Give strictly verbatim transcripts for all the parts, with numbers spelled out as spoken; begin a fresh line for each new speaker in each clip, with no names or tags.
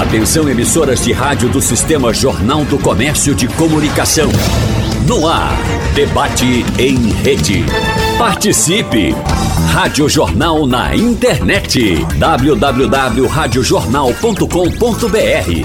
Atenção, emissoras de rádio do Sistema Jornal do Comércio de Comunicação. No ar, debate em rede. Participe! Rádio Jornal na internet. w w w ponto rádio jornal ponto com ponto b r.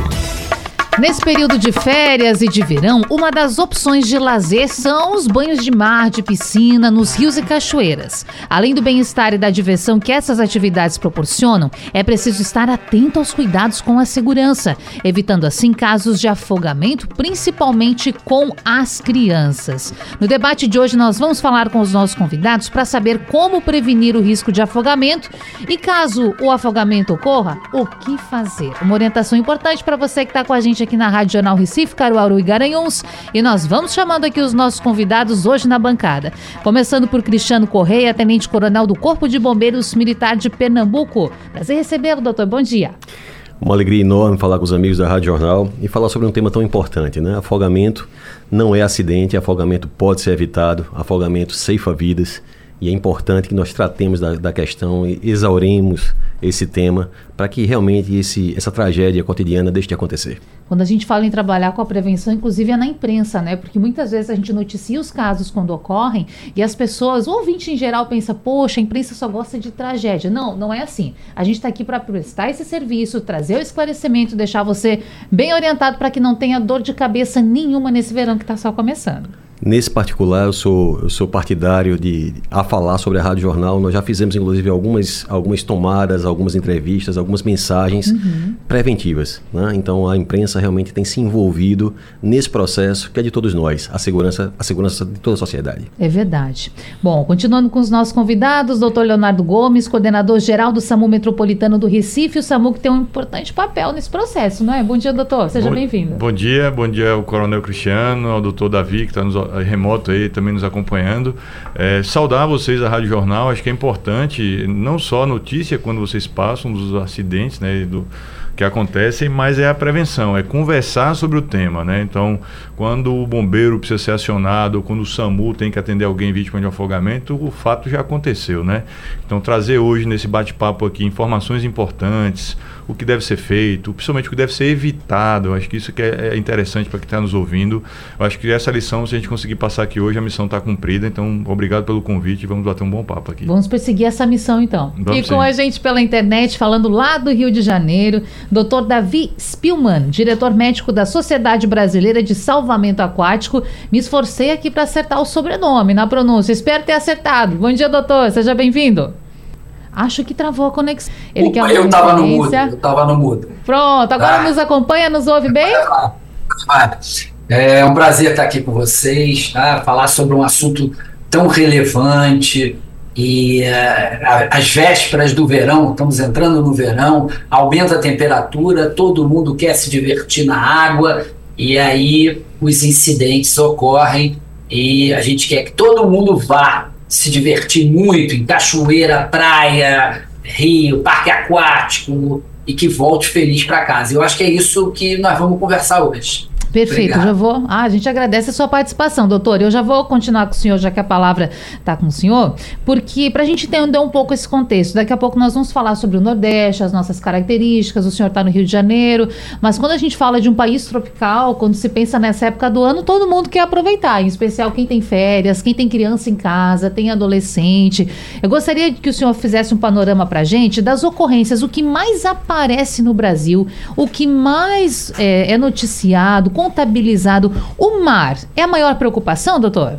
Nesse período de férias e de verão, uma das opções de lazer são os banhos de mar, de piscina, nos rios e cachoeiras. Além do bem-estar e da diversão que essas atividades proporcionam, é preciso estar atento aos cuidados com a segurança, evitando assim casos de afogamento, principalmente com as crianças. No debate de hoje, nós vamos falar com os nossos convidados para saber como prevenir o risco de afogamento e, caso o afogamento ocorra, o que fazer. Uma orientação importante para você que está com a gente aqui na Rádio Jornal Recife, Caruaru e Garanhuns, e nós vamos chamando aqui os nossos convidados hoje na bancada. Começando por Cristiano Correia, tenente-coronel do Corpo de Bombeiros Militar de Pernambuco. Prazer recebê-lo, doutor. Bom dia.
Uma alegria enorme falar com os amigos da Rádio Jornal e falar sobre um tema tão importante, né? Afogamento não é acidente, afogamento pode ser evitado, afogamento ceifa vidas. E é importante que nós tratemos da, da questão e exauremos esse tema para que realmente esse, essa tragédia cotidiana deixe de acontecer.
Quando a gente fala em trabalhar com a prevenção, inclusive é na imprensa, né? Porque muitas vezes a gente noticia os casos quando ocorrem e as pessoas, o ouvinte em geral pensa, poxa, a imprensa só gosta de tragédia. Não, não é assim. A gente está aqui para prestar esse serviço, trazer o esclarecimento, deixar você bem orientado para que não tenha dor de cabeça nenhuma nesse verão que está só começando.
Nesse particular, eu sou, eu sou partidário de, a falar sobre a Rádio Jornal. Nós já fizemos, inclusive, algumas, algumas tomadas, algumas entrevistas, algumas mensagens uhum. preventivas, né? Então, a imprensa realmente tem se envolvido nesse processo que é de todos nós, a segurança, a segurança de toda a sociedade.
É verdade. Bom, continuando com os nossos convidados, doutor Leonardo Gomes, coordenador-geral do SAMU Metropolitano do Recife, o SAMU que tem um importante papel nesse processo, não é? Bom dia, doutor. Seja
bom,
bem-vindo.
Bom dia, bom dia ao Coronel Cristiano, ao doutor Davi, que está nos remoto aí também nos acompanhando. É, saudar vocês da Rádio Jornal, acho que é importante, não só a notícia quando vocês passam dos acidentes, né, do que acontecem, mas é a prevenção, é conversar sobre o tema, né? Então, quando o bombeiro precisa ser acionado, quando o SAMU tem que atender alguém vítima de afogamento, o fato já aconteceu, né? Então, trazer hoje nesse bate-papo aqui informações importantes, o que deve ser feito, principalmente o que deve ser evitado. Eu acho que isso que é interessante para quem está nos ouvindo. Eu acho que essa lição, se a gente conseguir passar aqui hoje, a missão está cumprida. Então, obrigado pelo convite e vamos bater um bom papo aqui.
Vamos perseguir essa missão, então.
Vamos
e com
sim.
a gente pela internet, falando lá do Rio de Janeiro, doutor Davi Spillman, diretor médico da Sociedade Brasileira de Salvamento Aquático. Me esforcei aqui para acertar o sobrenome na pronúncia. Espero ter acertado. Bom dia, doutor. Seja bem-vindo. Acho que travou a conexão. Ele
Opa,
quer uma
eu estava no mudo, eu estava no mudo.
Pronto, agora
ah.
nos acompanha, nos ouve bem?
É um prazer estar aqui com vocês, tá? Falar sobre um assunto tão relevante e uh, as vésperas do verão, estamos entrando no verão, aumenta a temperatura, todo mundo quer se divertir na água e aí os incidentes ocorrem e a gente quer que todo mundo vá se divertir muito em cachoeira, praia, rio, parque aquático e que volte feliz para casa. Eu acho que é isso que nós vamos conversar hoje.
Perfeito,
Obrigado.
já vou. Ah, a gente agradece a sua participação, doutor. Eu já vou continuar com o senhor, já que a palavra está com o senhor, porque para a gente entender um pouco esse contexto, daqui a pouco nós vamos falar sobre o Nordeste, as nossas características. O senhor está no Rio de Janeiro, mas quando a gente fala de um país tropical, quando se pensa nessa época do ano, todo mundo quer aproveitar, em especial quem tem férias, quem tem criança em casa, tem adolescente. Eu gostaria que o senhor fizesse um panorama para a gente das ocorrências, o que mais aparece no Brasil, o que mais é, é noticiado, contabilizado. O mar é a maior preocupação, doutor?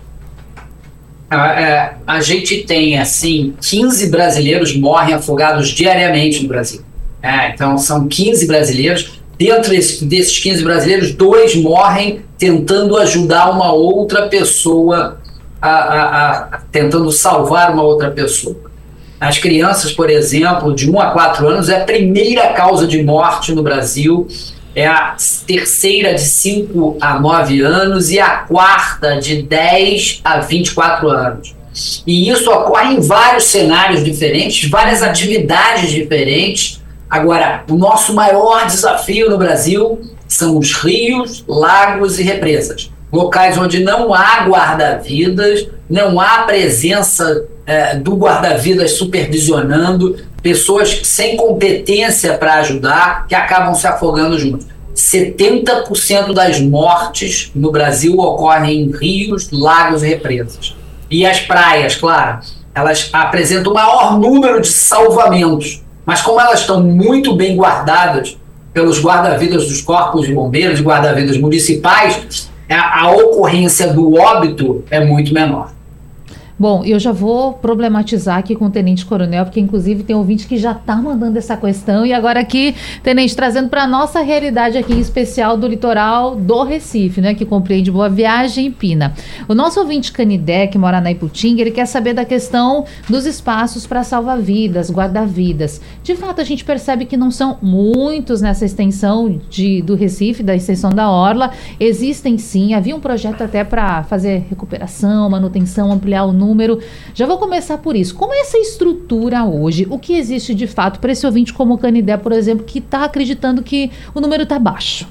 A, é, a gente tem, assim, quinze brasileiros morrem afogados diariamente no Brasil. É, então, são quinze brasileiros. Dentro desses quinze brasileiros, dois morrem tentando ajudar uma outra pessoa, a, a, a, tentando salvar uma outra pessoa. As crianças, por exemplo, de um a quatro anos, é a primeira causa de morte no Brasil. É a terceira de cinco a nove anos e a quarta de dez a vinte e quatro anos. E isso ocorre em vários cenários diferentes, várias atividades diferentes. Agora, o nosso maior desafio no Brasil são os rios, lagos e represas. locais onde não há guarda-vidas, não há presença é, do guarda-vidas supervisionando, pessoas sem competência para ajudar, que acabam se afogando juntos. setenta por cento das mortes no Brasil ocorrem em rios, lagos e represas. E as praias, claro, elas apresentam o maior número de salvamentos, mas como elas estão muito bem guardadas pelos guarda-vidas dos corpos de bombeiros e guarda-vidas municipais, a, a ocorrência do óbito é muito menor.
Bom, eu já vou problematizar aqui com o Tenente Coronel, porque inclusive tem ouvinte que já está mandando essa questão, e agora aqui, Tenente, trazendo para a nossa realidade aqui em especial do litoral do Recife, né, que compreende Boa Viagem e Pina. O nosso ouvinte Canidé, que mora na Iputinga, ele quer saber da questão dos espaços para salvar-vidas, guarda-vidas. De fato, a gente percebe que não são muitos nessa extensão de, do Recife, da extensão da Orla. Existem sim, havia um projeto até para fazer recuperação, manutenção, ampliar o número. Número. Já vou começar por isso. Como é essa estrutura hoje? O que existe de fato para esse ouvinte como o Canidé, por exemplo, que está acreditando que o número está baixo?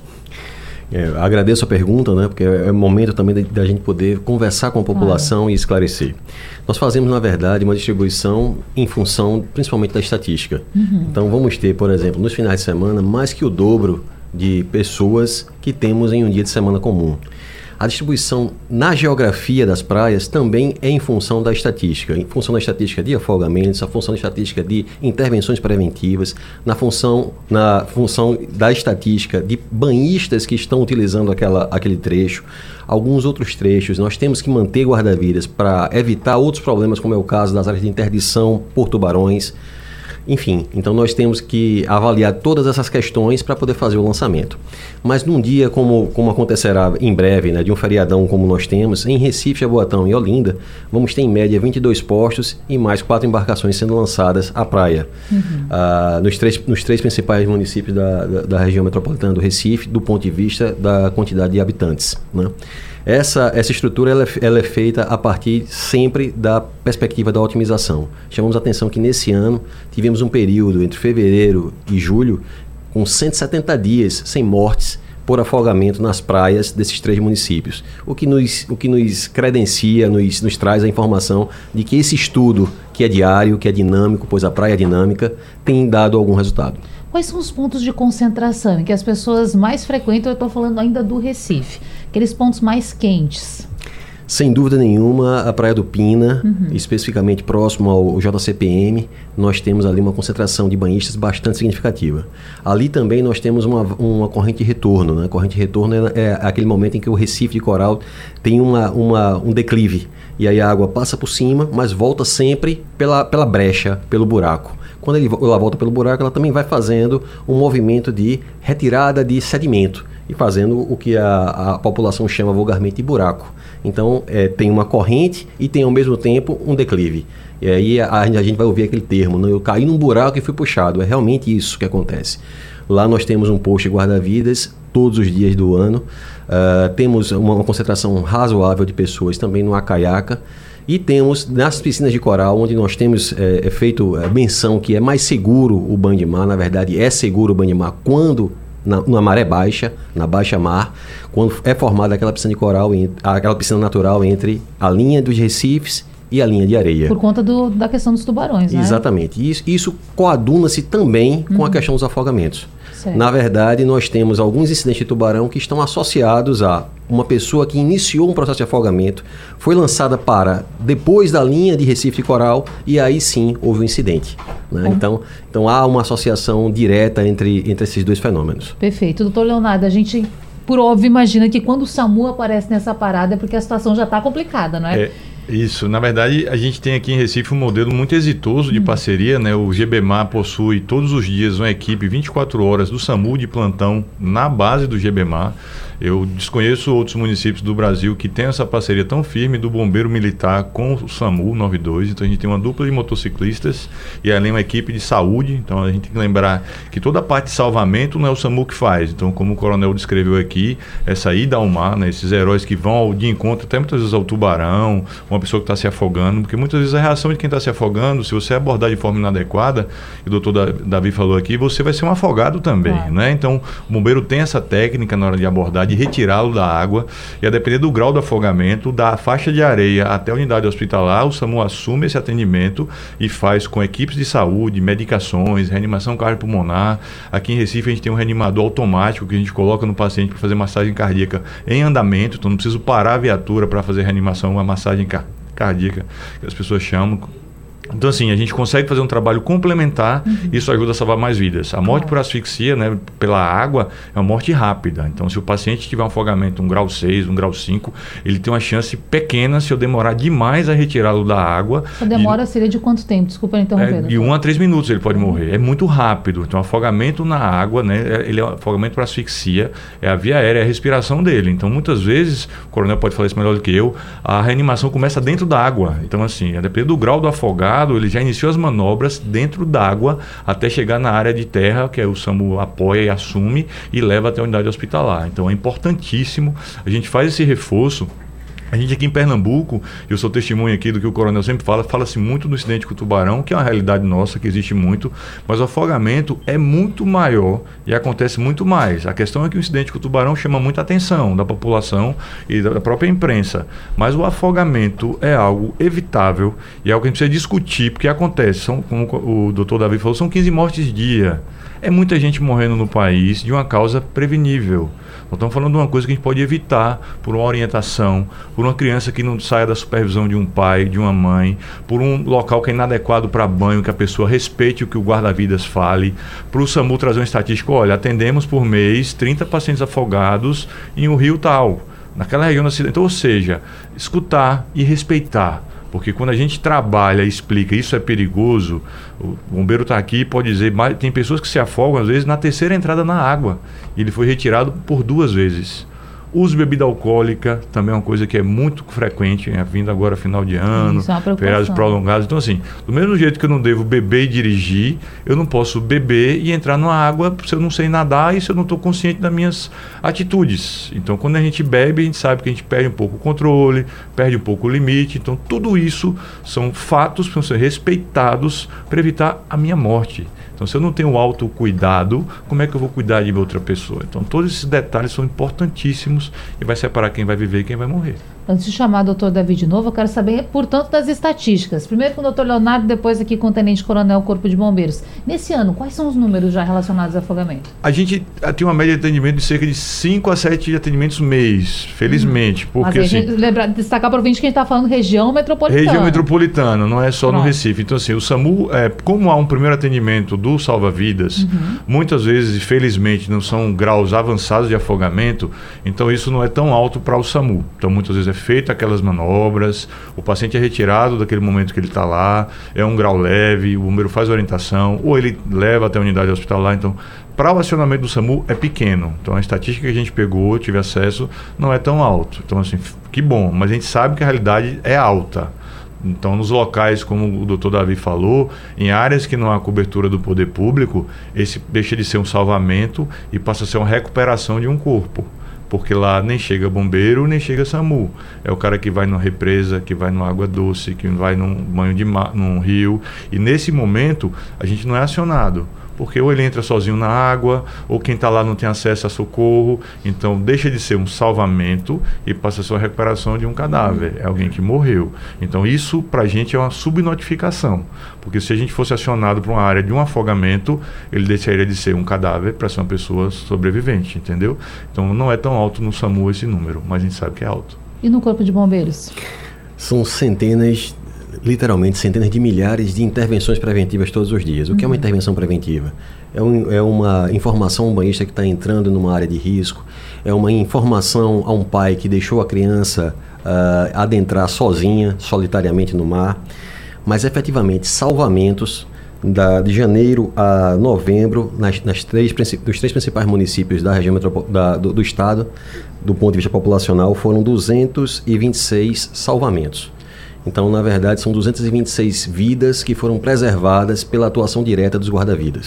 É, agradeço a pergunta, né, porque é o momento também da gente poder conversar com a população claro. E esclarecer. Nós fazemos, na verdade, uma distribuição em função principalmente da estatística. Uhum. Então vamos ter, por exemplo, nos finais de semana, mais que o dobro de pessoas que temos em um dia de semana comum. A distribuição na geografia das praias também é em função da estatística, em função da estatística de afogamentos, a função da estatística de intervenções preventivas, na função, na função da estatística de banhistas que estão utilizando aquela, aquele trecho, alguns outros trechos. Nós temos que manter guarda-vidas para evitar outros problemas, como é o caso das áreas de interdição por tubarões. Enfim, então nós temos que avaliar todas essas questões para poder fazer o lançamento. Mas num dia como, como acontecerá em breve, né, de um feriadão como nós temos, em Recife, Jaboatão e Olinda, vamos ter em média vinte e dois postos e mais quatro embarcações sendo lançadas à praia. Uhum. Ah, nos, três, nos três principais municípios da, da, da região metropolitana do Recife, do ponto de vista da quantidade de habitantes, né? Essa, essa estrutura ela é, ela é feita a partir sempre da perspectiva da otimização. Chamamos a atenção que nesse ano tivemos um período entre fevereiro e julho com cento e setenta dias sem mortes por afogamento nas praias desses três municípios. O que nos, o que nos credencia, nos, nos traz a informação de que esse estudo, que é diário, que é dinâmico, pois a praia é dinâmica, tem dado algum resultado.
Quais são os pontos de concentração em que as pessoas mais frequentam? Eu estou falando ainda do Recife, aqueles pontos mais quentes.
Sem dúvida nenhuma, a Praia do Pina, uhum. especificamente próximo ao J C P M, nós temos ali uma concentração de banhistas bastante significativa. Ali também nós temos uma, uma corrente de retorno, né? A corrente de retorno é, é aquele momento em que o Recife de coral tem uma, uma, um declive, e aí a água passa por cima, mas volta sempre pela, pela brecha, pelo buraco. Quando ele, ela volta pelo buraco, ela também vai fazendo um movimento de retirada de sedimento e fazendo o que a, a população chama vulgarmente de buraco. Então, é, tem uma corrente e tem ao mesmo tempo um declive. E aí a, a gente vai ouvir aquele termo, né? Eu caí num buraco e fui puxado. É realmente isso que acontece. Lá nós temos um posto de guarda-vidas todos os dias do ano. Uh, temos uma, uma concentração razoável de pessoas também no Acaiaca. E temos nas piscinas de coral, onde nós temos é, é feito a menção que é mais seguro o banho de mar. Na verdade, é seguro o banho de mar quando na, na maré baixa, na baixa mar, quando é formada aquela piscina de coral, aquela piscina natural entre a linha dos recifes e a linha de areia.
Por conta do, da questão dos tubarões, né?
Exatamente. Isso, isso coaduna-se também uhum. com a questão dos afogamentos. Certo. Na verdade, nós temos alguns incidentes de tubarão que estão associados a uma pessoa que iniciou um processo de afogamento, foi lançada para depois da linha de Recife de Coral e aí sim houve um incidente. Né? Uhum. Então, então há uma associação direta entre, entre esses dois fenômenos.
Perfeito. Doutor Leonardo, a gente, por óbvio, imagina que quando o SAMU aparece nessa parada é porque a situação já está complicada, não é?
É. Isso, na verdade a gente tem aqui em Recife um modelo muito exitoso de parceria, né? O GBMAR possui todos os dias uma equipe vinte e quatro horas do SAMU de plantão na base do GBMAR. Eu desconheço outros municípios do Brasil que têm essa parceria tão firme do Bombeiro Militar com o SAMU noventa e dois. Então a gente tem uma dupla de motociclistas e além uma equipe de saúde. Então a gente tem que lembrar que toda a parte de salvamento não é o SAMU que faz. Então, como o coronel descreveu aqui, essa ida ao mar, né? Esses heróis que vão ao, de encontro até muitas vezes ao tubarão, uma pessoa que está se afogando, porque muitas vezes a reação de quem está se afogando, se você abordar de forma inadequada, e o doutor Davi falou aqui, você vai ser um afogado também, claro. Né? Então o bombeiro tem essa técnica na hora de abordar, de retirá-lo da água e, a depender do grau do afogamento, da faixa de areia até a unidade hospitalar, o SAMU assume esse atendimento e faz com equipes de saúde, medicações, reanimação cardiopulmonar. Aqui em Recife a gente tem um reanimador automático que a gente coloca no paciente para fazer massagem cardíaca em andamento, então não preciso parar a viatura para fazer reanimação, uma massagem cardíaca, que as pessoas chamam. Então, assim, a gente consegue fazer um trabalho complementar, uhum. Isso ajuda a salvar mais vidas. A morte por asfixia, né, pela água, é uma morte rápida. Então, se o paciente tiver um afogamento um grau seis, um grau cinco, ele tem uma chance pequena se eu demorar demais a retirá-lo da água.
A demora de, seria de quanto tempo? Desculpa interromper.
É, de um a três minutos ele pode uhum. morrer. É muito rápido. Então, afogamento na água, né, ele é um afogamento por asfixia, é a via aérea, é a respiração dele. Então, muitas vezes, o coronel pode falar isso melhor do que eu, a reanimação começa dentro da água. Então, assim, a depender do grau do afogado, ele já iniciou as manobras dentro d'água até chegar na área de terra, que é o SAMU apoia e assume e leva até a unidade hospitalar. Então é importantíssimo, a gente faz esse reforço. A gente aqui em Pernambuco, eu sou testemunha aqui do que o coronel sempre fala, fala-se muito do incidente com o tubarão, que é uma realidade nossa, que existe muito, mas o afogamento é muito maior e acontece muito mais. A questão é que o incidente com o tubarão chama muita atenção da população e da própria imprensa, mas o afogamento é algo evitável e é algo que a gente precisa discutir, porque acontece, são, como o doutor Davi falou, são quinze mortes dia. É muita gente morrendo no país de uma causa prevenível. Nós estamos falando de uma coisa que a gente pode evitar por uma orientação, por uma criança que não saia da supervisão de um pai, de uma mãe, por um local que é inadequado para banho, que a pessoa respeite o que o guarda-vidas fale, para o SAMU trazer uma estatística, olha, atendemos por mês trinta pacientes afogados em um rio tal, naquela região do acidente. Ou seja, escutar e respeitar. Porque quando a gente trabalha e explica isso é perigoso, o bombeiro está aqui e pode dizer, mas tem pessoas que se afogam às vezes na terceira entrada na água. E ele foi retirado por duas vezes. Uso de bebida alcoólica também é uma coisa que é muito frequente, é vindo agora final de ano, é feriados prolongados. Então, assim, do mesmo jeito que eu não devo beber e dirigir, eu não posso beber e entrar na água se eu não sei nadar e se eu não estou consciente das minhas atitudes. Então, quando a gente bebe, a gente sabe que a gente perde um pouco o controle, perde um pouco o limite. Então, tudo isso são fatos que precisam ser respeitados para evitar a minha morte. Então, se eu não tenho autocuidado, como é que eu vou cuidar de outra pessoa? Então, todos esses detalhes são importantíssimos e vai separar quem vai viver e quem vai morrer.
Antes de chamar o doutor Davi de novo, eu quero saber, portanto, das estatísticas. Primeiro com o doutor Leonardo, depois aqui com o Tenente Coronel Corpo de Bombeiros. Nesse ano, quais são os números já relacionados a afogamento?
A gente tem uma média de atendimento de cerca de cinco a sete atendimentos mês, felizmente. Hum. Porque,
Mas
assim,
a gente lembrar, destacar para o ouvinte que a gente está falando região metropolitana.
Região metropolitana, não é só
Pronto.
no Recife. Então, assim, o SAMU, é, como há um primeiro atendimento do salva-vidas, uhum. muitas vezes, felizmente, não são graus avançados de afogamento, então isso não é tão alto para o SAMU. Então, muitas vezes é feita aquelas manobras, o paciente é retirado daquele momento que ele está lá, é um grau leve, o bombeiro faz a orientação, ou ele leva até a unidade hospitalar. Então, para o acionamento do SAMU é pequeno. Então, a estatística que a gente pegou, tive acesso, não é tão alto. Então, assim, que bom, mas a gente sabe que a realidade é alta. Então, nos locais, como o doutor Davi falou, em áreas que não há cobertura do poder público, esse deixa de ser um salvamento e passa a ser uma recuperação de um corpo. Porque lá nem chega bombeiro, nem chega SAMU. É o cara que vai numa represa, que vai numa água doce, que vai num banho de mar, num rio. E nesse momento, a gente não é acionado. Porque ou ele entra sozinho na água, ou quem está lá não tem acesso a socorro. Então, deixa de ser um salvamento e passa a ser uma recuperação de um cadáver. É alguém que morreu. Então, isso, para a gente, é uma subnotificação. Porque se a gente fosse acionado para uma área de um afogamento, ele deixaria de ser um cadáver para ser uma pessoa sobrevivente, entendeu? Então, não é tão alto no SAMU esse número, mas a gente sabe que é alto.
E no Corpo de Bombeiros?
São centenas... literalmente centenas de milhares de intervenções preventivas todos os dias. O que uhum. é uma intervenção preventiva? É, um, é uma informação a um banhista que está entrando numa área de risco, é uma informação a um pai que deixou a criança uh, adentrar sozinha, solitariamente no mar, mas efetivamente salvamentos da, de janeiro a novembro nas, nas três, dos três principais municípios da região da, do, do estado, do ponto de vista populacional, foram duzentos e vinte e seis salvamentos. Então, na verdade, são duzentas e vinte e seis vidas que foram preservadas pela atuação direta dos guarda-vidas.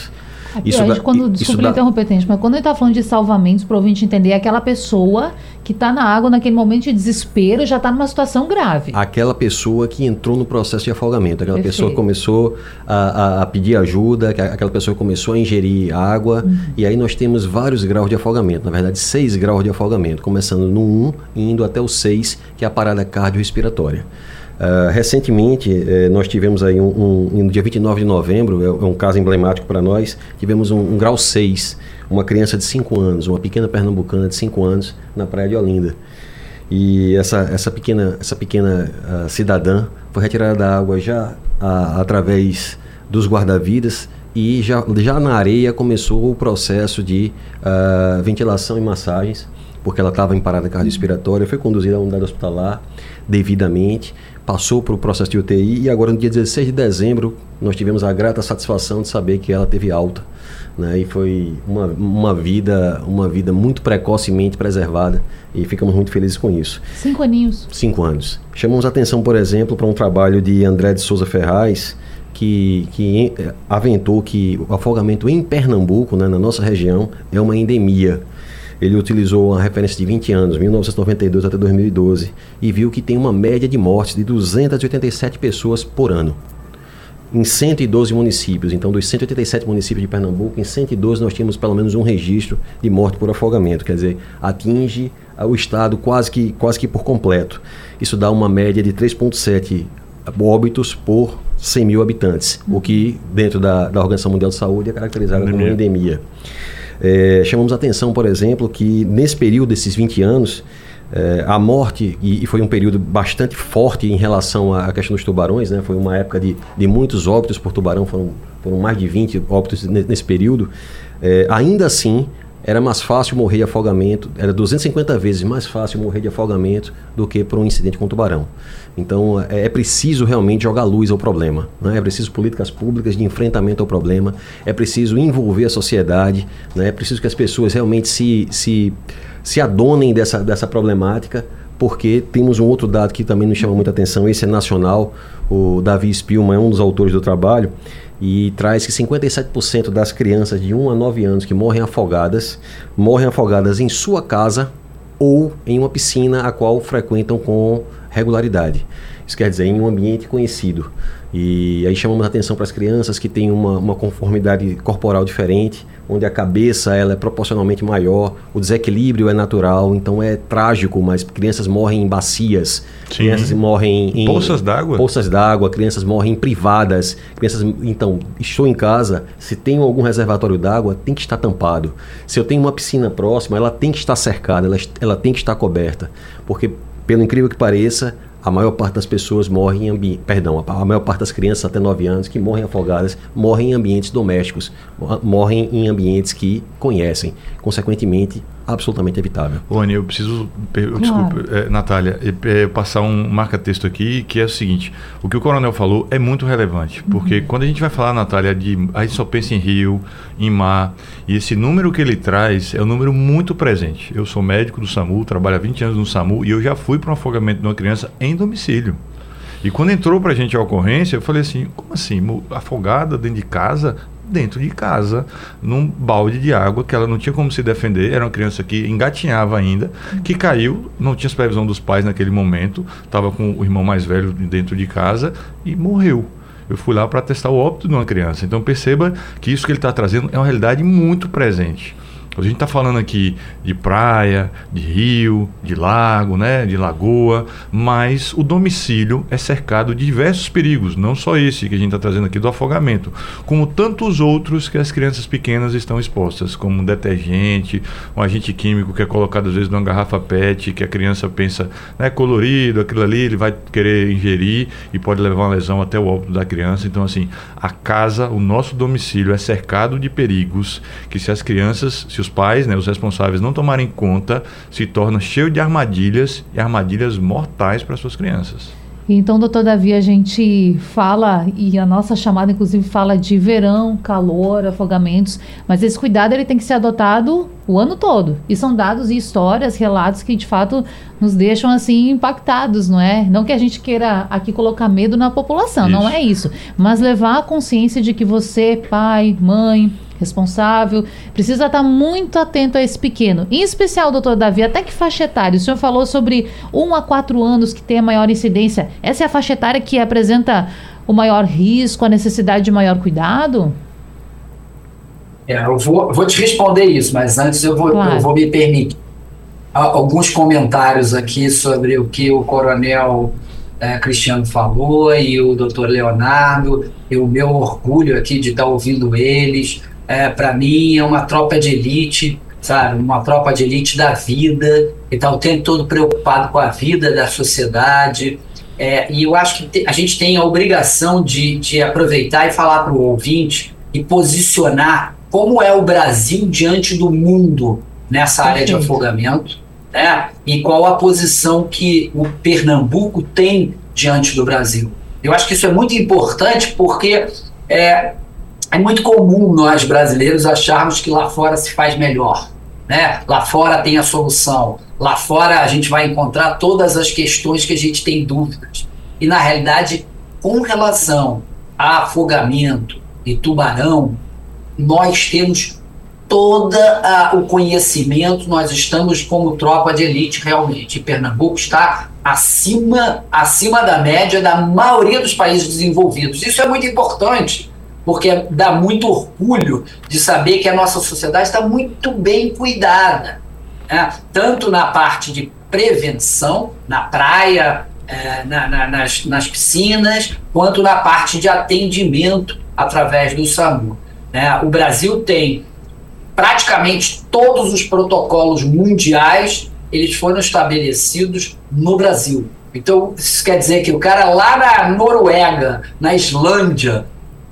Isso, gente, quando, isso desculpa dá... interromper, gente, mas quando ele está falando de salvamentos, para o ouvinte entender, é aquela pessoa que está na água naquele momento de desespero, já está numa situação grave.
Aquela pessoa que entrou no processo de afogamento, aquela Perfeito. pessoa que começou a, a, a pedir ajuda, aquela pessoa que começou a ingerir água, uhum. e aí nós temos vários graus de afogamento, na verdade seis graus de afogamento, começando no um e indo até o seis, que é a parada cardiorrespiratória. Uh, recentemente, eh, nós tivemos aí, um, um, no dia vinte e nove de novembro, é, é um caso emblemático para nós, tivemos um, um grau seis, uma criança de cinco anos, uma pequena pernambucana de cinco anos, na praia de Olinda. E essa, essa pequena, essa pequena uh, cidadã foi retirada da água já uh, através dos guarda-vidas e já, já na areia começou o processo de uh, ventilação e massagens, porque ela estava em parada cardiorrespiratória, foi conduzida à unidade hospitalar devidamente, passou para o processo de U T I e agora no dia dezesseis de dezembro nós tivemos a grata satisfação de saber que ela teve alta, né? E foi uma, uma, vida, uma vida muito precocemente preservada e ficamos muito felizes com isso.
Cinco aninhos.
Cinco anos. Chamamos a atenção, por exemplo, para um trabalho de André de Souza Ferraz, que, que aventou que o afogamento em Pernambuco, né, na nossa região, é uma endemia. Ele utilizou uma referência de vinte anos, mil novecentos e noventa e dois até dois mil e doze, e viu que tem uma média de mortes de duzentas e oitenta e sete pessoas por ano, em cento e doze municípios. Então, dos cento e oitenta e sete municípios de Pernambuco, em cento e doze nós tínhamos pelo menos um registro de morte por afogamento, quer dizer, atinge o estado quase que, quase que por completo. Isso dá uma média de três vírgula sete óbitos por cem mil habitantes, o que, dentro da, da Organização Mundial de Saúde, é caracterizado como uma endemia. É, chamamos a atenção, por exemplo, que nesse período desses vinte anos, é, a morte, e, e foi um período bastante forte em relação à questão dos tubarões, né? Foi uma época de, de muitos óbitos por tubarão, foram, foram mais de vinte óbitos nesse, nesse período. É, ainda assim, era mais fácil morrer de afogamento, era duzentas e cinquenta vezes mais fácil morrer de afogamento do que por um incidente com tubarão. Então é, é preciso realmente jogar luz ao problema, né? É preciso políticas públicas de enfrentamento ao problema, é preciso envolver a sociedade, né? É preciso que as pessoas realmente se, se, se adonem dessa, dessa problemática, porque temos um outro dado que também nos chama muita atenção, esse é nacional, o Davi Spielman é um dos autores do trabalho, e traz que cinquenta e sete por cento das crianças de um a nove anos que morrem afogadas, morrem afogadas em sua casa ou em uma piscina a qual frequentam com regularidade. Isso quer dizer, em um ambiente conhecido. E aí chamamos a atenção para as crianças que têm uma, uma conformidade corporal diferente, onde a cabeça ela é proporcionalmente maior, o desequilíbrio é natural, então é trágico, mas crianças morrem em bacias, Sim. crianças morrem em...
Poças d'água.
Poças d'água, crianças morrem em privadas, crianças... Então, estou em casa, se tenho algum reservatório d'água, tem que estar tampado. Se eu tenho uma piscina próxima, ela tem que estar cercada, ela, ela tem que estar coberta, porque, pelo incrível que pareça, a maior parte das pessoas morrem em ambientes, perdão, a maior parte das crianças até nove anos que morrem afogadas, morrem em ambientes domésticos, morrem em ambientes que conhecem, consequentemente, absolutamente evitável.
Ô, Ani, eu preciso, eu, desculpa, claro. é, Natália, é, é, passar um marca-texto aqui, que é o seguinte, o que o coronel falou é muito relevante, porque uhum. quando a gente vai falar, Natália, de, a gente só pensa em rio, em mar, e esse número que ele traz é um número muito presente. Eu sou médico do SAMU, trabalho há vinte anos no SAMU, e eu já fui para um afogamento de uma criança em domicílio. E quando entrou pra gente a ocorrência, eu falei assim, como assim, afogada dentro de casa? Dentro de casa, num balde de água, que ela não tinha como se defender, era uma criança que engatinhava ainda, que caiu, não tinha supervisão dos pais naquele momento, estava com o irmão mais velho dentro de casa e morreu. Eu fui lá para testar o óbito de uma criança. Então perceba que isso que ele está trazendo é uma realidade muito presente. A gente está falando aqui de praia, de rio, de lago, né, de lagoa, mas o domicílio é cercado de diversos perigos, não só esse que a gente está trazendo aqui do afogamento, como tantos outros que as crianças pequenas estão expostas, como um detergente, um agente químico que é colocado às vezes numa garrafa pet, que a criança pensa, né, colorido, aquilo ali, ele vai querer ingerir e pode levar uma lesão até o óbito da criança. Então, assim, a casa, o nosso domicílio é cercado de perigos que, se as crianças, se os pais, né, os responsáveis não tomarem conta, se torna cheio de armadilhas e armadilhas mortais para suas crianças.
Então, doutor Davi, a gente fala, e a nossa chamada inclusive fala de verão, calor, afogamentos, mas esse cuidado ele tem que ser adotado o ano todo. E são dados e histórias, relatos que de fato nos deixam assim impactados, não é? Não que a gente queira aqui colocar medo na população, isso. Não é isso. Mas levar a consciência de que você, pai, mãe, responsável, precisa estar muito atento a esse pequeno. Em especial, doutor Davi, até que faixa etária? O senhor falou sobre um a quatro anos que tem a maior incidência. Essa é a faixa etária que apresenta o maior risco, a necessidade de maior cuidado?
É, eu vou, vou te responder isso, mas antes eu vou, claro. eu vou me permitir alguns comentários aqui sobre o que o coronel é, Cristiano falou e o doutor Leonardo, e o meu orgulho aqui de estar ouvindo eles. É, para mim é uma tropa de elite, sabe? Uma tropa de elite da vida, que está o tempo todo preocupado com a vida da sociedade. É, e eu acho que te, a gente tem a obrigação de, de aproveitar e falar para o ouvinte e posicionar como é o Brasil diante do mundo nessa área de afogamento, né? E qual a posição que o Pernambuco tem diante do Brasil. Eu acho que isso é muito importante porque é, é muito comum nós brasileiros acharmos que lá fora se faz melhor, né? Lá fora tem a solução, lá fora a gente vai encontrar todas as questões que a gente tem dúvidas. E na realidade, com relação a afogamento e tubarão, nós temos todo o conhecimento, nós estamos como tropa de elite realmente. E Pernambuco está acima, acima da média da maioria dos países desenvolvidos. Isso é muito importante, porque dá muito orgulho de saber que a nossa sociedade está muito bem cuidada, né? Tanto na parte de prevenção, na praia, é, na, na, nas, nas piscinas, quanto na parte de atendimento através do SAMU. Né? O Brasil tem praticamente todos os protocolos mundiais, eles foram estabelecidos no Brasil. Então, isso quer dizer que o cara lá na Noruega, na Islândia,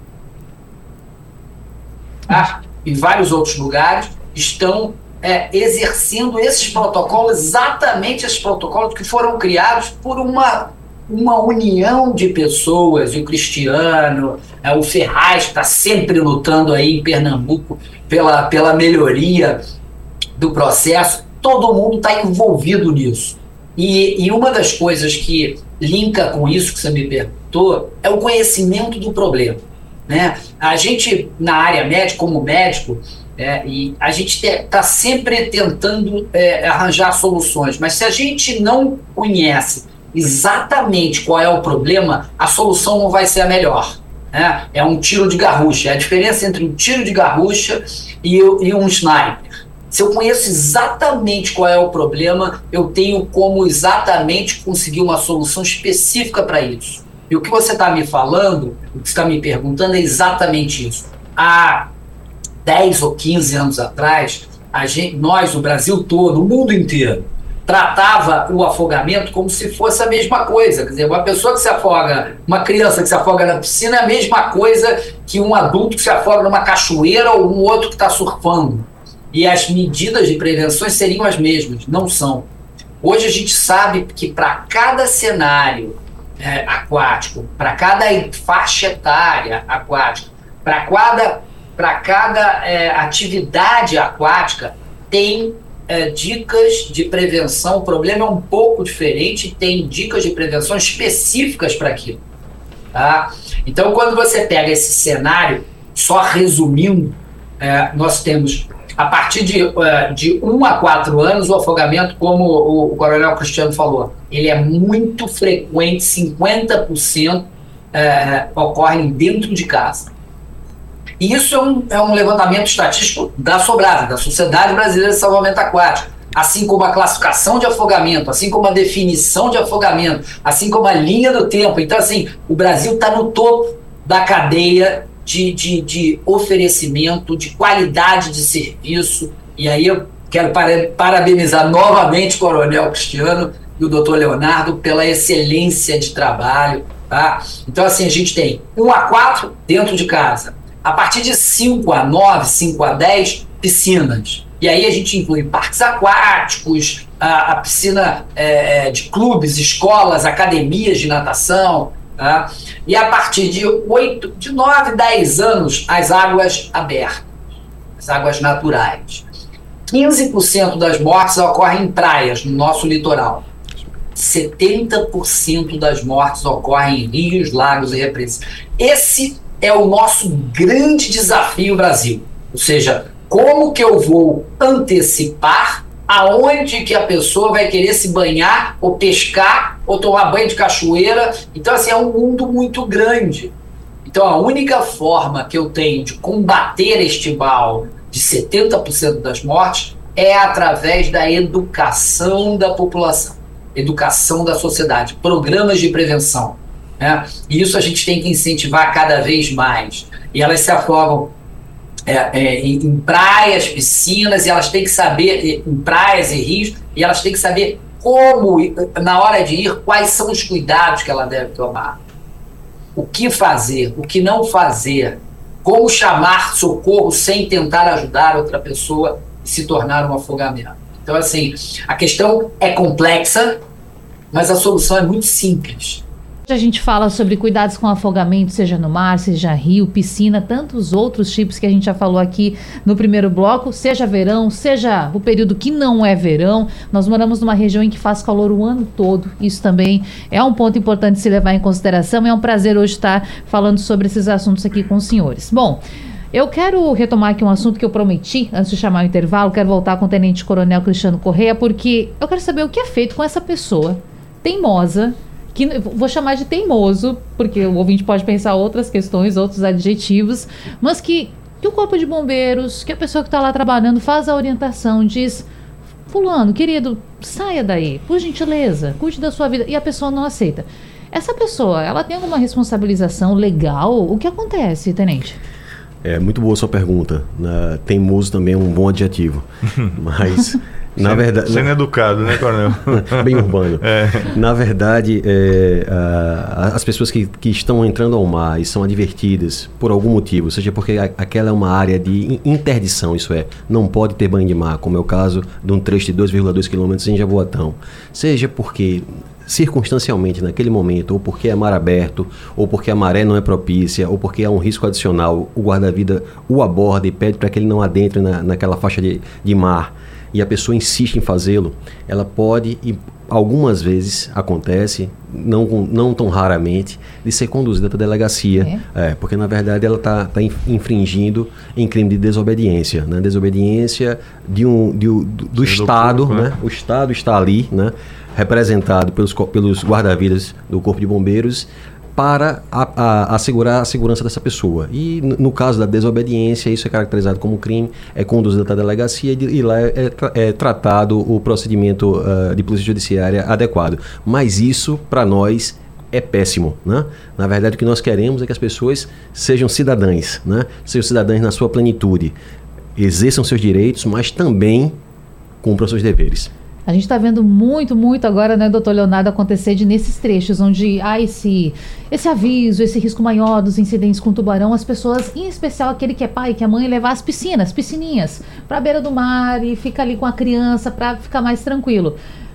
ah, em vários outros lugares, estão é, exercendo esses protocolos, exatamente esses protocolos que foram criados por uma, uma união de pessoas. O Cristiano, é, o Ferraz, que está sempre lutando aí em Pernambuco pela, pela melhoria do processo. Todo mundo está envolvido nisso. E, e uma das coisas que linka com isso que você me perguntou é o conhecimento do problema. Né? A gente, na área médica, como médico, é, e a gente está sempre tentando é, arranjar soluções, mas se a gente não conhece exatamente qual é o problema, a solução não vai ser a melhor. Né? É um tiro de garrucha. É a diferença entre um tiro de garrucha e, e um sniper. Se eu conheço exatamente qual é o problema, eu tenho como exatamente conseguir uma solução específica para isso. E o que você está me falando, o que você está me perguntando é exatamente isso. Há dez ou quinze anos atrás, a gente, nós, o Brasil todo, o mundo inteiro, tratava o afogamento como se fosse a mesma coisa. Quer dizer, uma pessoa que se afoga, uma criança que se afoga na piscina é a mesma coisa que um adulto que se afoga numa cachoeira ou um outro que está surfando. E as medidas de prevenção seriam as mesmas. Não são. Hoje a gente sabe que para cada cenário É, aquático, para cada faixa etária aquática, para cada, para cada é, atividade aquática, tem é, dicas de prevenção. O problema é um pouco diferente, tem dicas de prevenção específicas para aquilo. Tá? Então, quando você pega esse cenário, só resumindo, é, nós temos, a partir de, uh, de um a quatro anos, o afogamento, como o, o coronel Cristiano falou, ele é muito frequente, cinquenta por cento uh, ocorrem dentro de casa. E isso é um, é um levantamento estatístico da SOBRASA, da Sociedade Brasileira de Salvamento Aquático, assim como a classificação de afogamento, assim como a definição de afogamento, assim como a linha do tempo. Então, assim, o Brasil está no topo da cadeia De, de, de oferecimento, de qualidade de serviço. E aí eu quero para, parabenizar novamente o coronel Cristiano e o doutor Leonardo pela excelência de trabalho. Tá? Então, assim, a gente tem um a quatro dentro de casa. A partir de cinco a nove, cinco a dez, piscinas. E aí a gente inclui parques aquáticos, a, a piscina é, de clubes, escolas, academias de natação. Tá? E a partir de oito, de nove, dez anos, as águas abertas, as águas naturais. quinze por cento das mortes ocorrem em praias, no nosso litoral. setenta por cento das mortes ocorrem em rios, lagos e represas. Esse é o nosso grande desafio, Brasil. Ou seja, como que eu vou antecipar aonde que a pessoa vai querer se banhar, ou pescar, ou tomar banho de cachoeira. Então, assim, é um mundo muito grande. Então, a única forma que eu tenho de combater este mal de setenta por cento das mortes é através da educação da população, educação da sociedade, programas de prevenção, né? E isso a gente tem que incentivar cada vez mais. E elas se afogam é, é, em, em praias, piscinas, e elas têm que saber, em praias e rios, e elas têm que saber como, na hora de ir, quais são os cuidados que ela deve tomar. O que fazer, o que não fazer, como chamar socorro sem tentar ajudar outra pessoa e se tornar um afogamento. Então, assim, a questão é complexa, mas a solução é muito simples.
A gente fala sobre cuidados com afogamento, seja no mar, seja rio, piscina, tantos outros tipos que a gente já falou aqui no primeiro bloco, seja verão, seja o período que não é verão. Nós moramos numa região em que faz calor o ano todo. Isso também é um ponto importante se levar em consideração. É um prazer hoje estar falando sobre esses assuntos aqui com os senhores. Bom, eu quero retomar aqui um assunto que eu prometi antes de chamar o intervalo. Quero voltar com o Tenente Coronel Cristiano Correia, porque eu quero saber o que é feito com essa pessoa teimosa, que vou chamar de teimoso, porque o ouvinte pode pensar outras questões, outros adjetivos, mas que, que o Corpo de Bombeiros, que a pessoa que está lá trabalhando faz a orientação, diz: fulano, querido, saia daí, por gentileza, cuide da sua vida, e a pessoa não aceita. Essa pessoa, ela tem alguma responsabilização legal? O que acontece, Tenente?
É muito boa a sua pergunta. Uh, teimoso também é um bom adjetivo, mas... Na verdade,
sendo educado, né, Coronel?
Bem urbano. É. Na verdade, é, a, as pessoas que, que estão entrando ao mar e são advertidas por algum motivo, seja porque a, aquela é uma área de interdição, isso é, não pode ter banho de mar, como é o caso de um trecho de dois vírgula dois quilômetros em Jaboatão, seja porque circunstancialmente naquele momento, ou porque é mar aberto, ou porque a maré não é propícia, ou porque há um risco adicional, o guarda-vida o aborda e pede para que ele não adentre na, naquela faixa de, de mar, e a pessoa insiste em fazê-lo, ela pode, e algumas vezes acontece, não, não tão raramente, de ser conduzida para a delegacia, é. É, porque na verdade ela está tá infringindo em crime de desobediência, né? Desobediência de um, de, do, do Estado, público, né? Né? O Estado está ali, né? Representado pelos, pelos guarda-vidas do Corpo de Bombeiros, para a, a, assegurar a segurança dessa pessoa. E no, no caso da desobediência, isso é caracterizado como crime, é conduzido até a delegacia e, e lá é, é, é tratado o procedimento uh, de polícia judiciária adequado. Mas isso, para nós, é péssimo, né? Na verdade, o que nós queremos é que as pessoas sejam cidadãs, né? Sejam cidadãs na sua plenitude, exerçam seus direitos, mas também cumpram seus deveres.
A gente está vendo muito, muito agora, né, doutor Leonardo, acontecer de nesses trechos onde há esse, esse aviso, esse risco maior dos incidentes com tubarão, as pessoas, em especial aquele que é pai, que é mãe, levar as piscinas, piscininhas, para a beira do mar e fica ali com a criança para ficar mais tranquilo.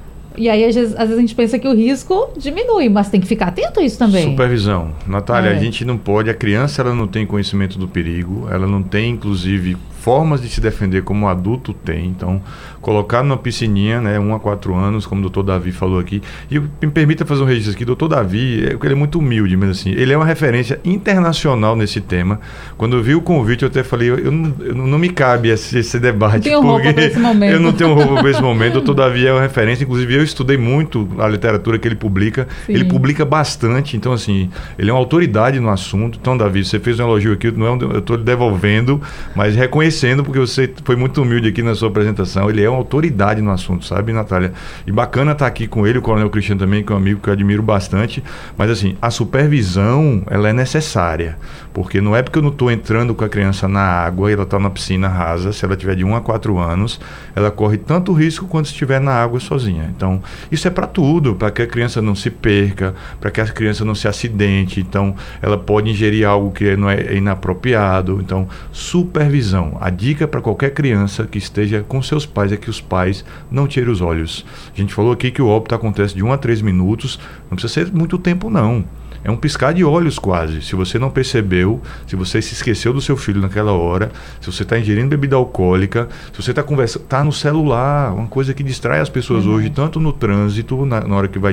E aí, às vezes, às vezes a gente pensa que o risco diminui, mas tem que ficar atento a isso também.
Supervisão. Natália, é. a gente não pode, a criança ela não tem conhecimento do perigo, ela não tem, inclusive, formas de se defender como o adulto tem. Então, colocar numa piscininha, né, um a quatro anos, como o doutor Davi falou aqui. E me permita fazer um registro aqui, o doutor Davi, ele é muito humilde, mas assim, ele é uma referência internacional nesse tema. Quando eu vi o convite, eu até falei, eu, eu, não, eu não me cabe esse, esse debate.
Tenho porque roupa esse momento.
Eu não tenho roupa para esse momento. O doutor Davi é uma referência, inclusive eu estudei muito a literatura que ele publica. Sim. Ele publica bastante, então assim, ele é uma autoridade no assunto. Então, Davi, você fez um elogio aqui, não é um, eu estou lhe devolvendo, mas reconhecendo, porque você foi muito humilde aqui na sua apresentação. Ele é uma autoridade no assunto, sabe, Natália? E bacana estar aqui com ele, o Coronel Cristiano também, que é um amigo que eu admiro bastante. Mas assim, a supervisão, ela é necessária, porque não é porque eu não estou entrando com a criança na água e ela está na piscina rasa, se ela tiver de um a quatro anos, ela corre tanto risco quanto se estiver na água sozinha. Então, isso é para tudo, para que a criança não se perca, para que a criança não se acidente. Então, ela pode ingerir algo que não é inapropriado. Então, supervisão. A dica para qualquer criança que esteja com seus pais é que os pais não tirem os olhos. A gente falou aqui que o óbito acontece de um a três minutos, não precisa ser muito tempo não. É um piscar de olhos quase. Se você não percebeu, se você se esqueceu do seu filho naquela hora, se você está ingerindo bebida alcoólica, se você está conversando, está no celular, uma coisa que distrai as pessoas uhum. hoje, tanto no trânsito, na, na hora que vai dirigir,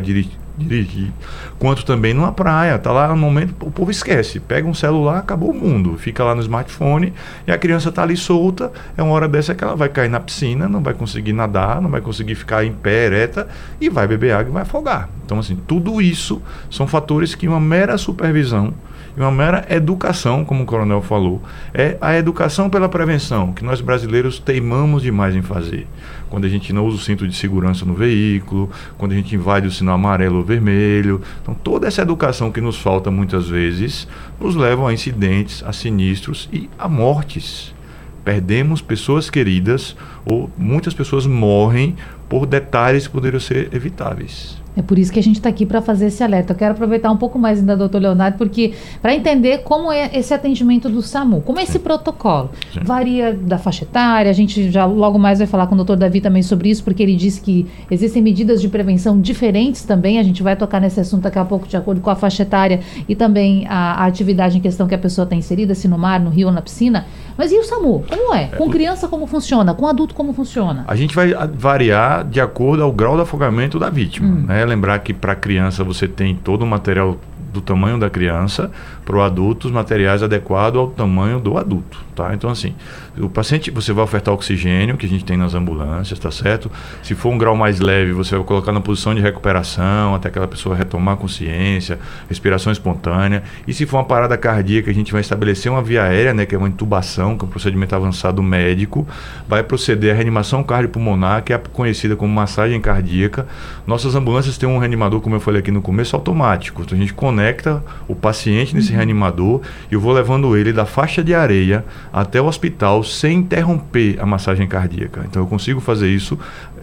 dirigir, quanto também numa praia. Tá lá no momento, o povo esquece, pega um celular, acabou o mundo, fica lá no smartphone e a criança tá ali solta. É uma hora dessa que ela vai cair na piscina, não vai conseguir nadar, não vai conseguir ficar em pé ereta e vai beber água e vai afogar. Então, assim, tudo isso são fatores que uma mera supervisão e uma mera educação, como o coronel falou, é a educação pela prevenção, que nós brasileiros teimamos demais em fazer. Quando a gente não usa o cinto de segurança no veículo, quando a gente invade o sinal amarelo ou vermelho. Então, toda essa educação que nos falta muitas vezes nos leva a incidentes, a sinistros e a mortes. Perdemos pessoas queridas ou muitas pessoas morrem por detalhes que poderiam ser evitáveis.
É por isso que a gente está aqui para fazer esse alerta. Eu quero aproveitar um pouco mais ainda, doutor Leonardo, porque para entender como é esse atendimento do SAMU, como é esse Sim. protocolo. Sim. Varia da faixa etária, a gente já logo mais vai falar com o doutor Davi também sobre isso, porque ele disse que existem medidas de prevenção diferentes também, a gente vai tocar nesse assunto daqui a pouco de acordo com a faixa etária e também a, a atividade em questão que a pessoa está inserida, se no mar, no rio ou na piscina. Mas e o SAMU? Como é? Com criança como funciona? Com adulto como funciona?
A gente vai variar de acordo ao grau de afogamento da vítima, hum. né? Lembrar que para a criança você tem todo o material do tamanho da criança, para o adulto os materiais adequados ao tamanho do adulto, tá? Então, assim, o paciente, você vai ofertar oxigênio, que a gente tem nas ambulâncias, tá certo? Se for um grau mais leve, você vai colocar na posição de recuperação, até aquela pessoa retomar a consciência, respiração espontânea. E se for uma parada cardíaca, a gente vai estabelecer uma via aérea, né, que é uma intubação, que é um procedimento avançado médico, vai proceder a reanimação cardiopulmonar, que é conhecida como massagem cardíaca. Nossas ambulâncias têm um reanimador, como eu falei aqui no começo, automático. Então, a gente conecta o paciente nesse reanimador e eu vou levando ele da faixa de areia até o hospital sem interromper a massagem cardíaca. Então eu consigo fazer isso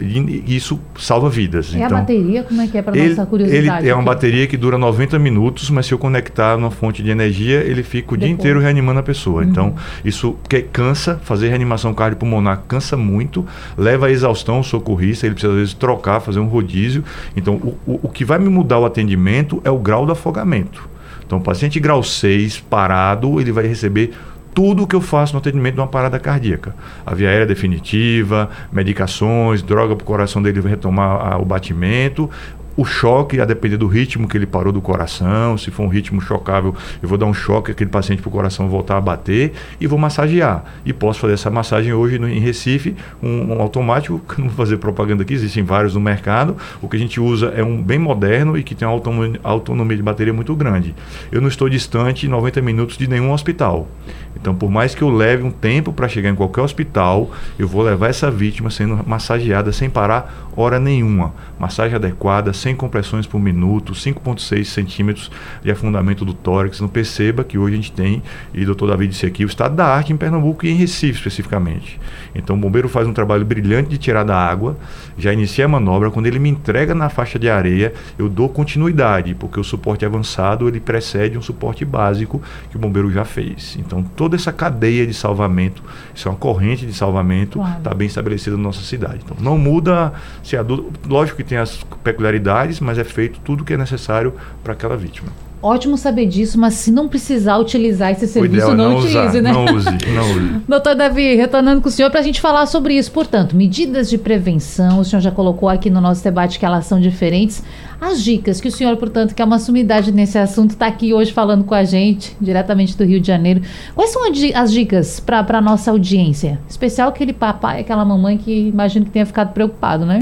e isso salva vidas.
É
então,
a bateria? Como é que é para nossa curiosidade?
Ele é uma
aqui?
bateria que dura noventa minutos, mas se eu conectar numa fonte de energia, ele fica o Depois. dia inteiro reanimando a pessoa. Uhum. Então isso que cansa, fazer reanimação cardiopulmonar cansa muito, leva à exaustão o socorrista, ele precisa às vezes trocar, fazer um rodízio. Então o, o, o que vai me mudar o atendimento é o grau do afogamento. Então, o paciente grau seis, parado, ele vai receber tudo o que eu faço no atendimento de uma parada cardíaca. A via aérea definitiva, medicações, droga para o coração dele retomar a, o batimento. O choque, a depender do ritmo que ele parou do coração, se for um ritmo chocável, eu vou dar um choque aquele paciente para o coração voltar a bater e vou massagear. E posso fazer essa massagem hoje no, em Recife, um, um automático, que não vou fazer propaganda aqui, existem vários no mercado. O que a gente usa é um bem moderno e que tem uma autonomia, autonomia de bateria muito grande. Eu não estou distante noventa minutos de nenhum hospital. Então, por mais que eu leve um tempo para chegar em qualquer hospital, eu vou levar essa vítima sendo massageada sem parar hora nenhuma. Massagem adequada, sem compressões por minuto, cinco vírgula seis centímetros de afundamento do tórax. Não perceba que hoje a gente tem, e o doutor Davi disse aqui, o estado da arte em Pernambuco e em Recife especificamente. Então o bombeiro faz um trabalho brilhante de tirar da água, já inicia a manobra, quando ele me entrega na faixa de areia, eu dou continuidade, porque o suporte avançado ele precede um suporte básico que o bombeiro já fez. Então toda essa cadeia de salvamento, isso é uma corrente de salvamento, está claro. bem estabelecida na nossa cidade. Então não muda se é adulto, lógico que tem as peculiaridades, mas é feito tudo o que é necessário para aquela vítima.
Ótimo saber disso, mas se não precisar utilizar esse serviço, não, não utilize,
usar,
né?
Não use, não use.
Doutor Davi, retornando com o senhor para a gente falar sobre isso. Portanto, medidas de prevenção, o senhor já colocou aqui no nosso debate que elas são diferentes. As dicas que o senhor, portanto, que é uma sumidade nesse assunto, está aqui hoje falando com a gente, diretamente do Rio de Janeiro. Quais são as dicas para a nossa audiência? Em especial aquele papai, aquela mamãe que imagino que tenha ficado preocupado, né?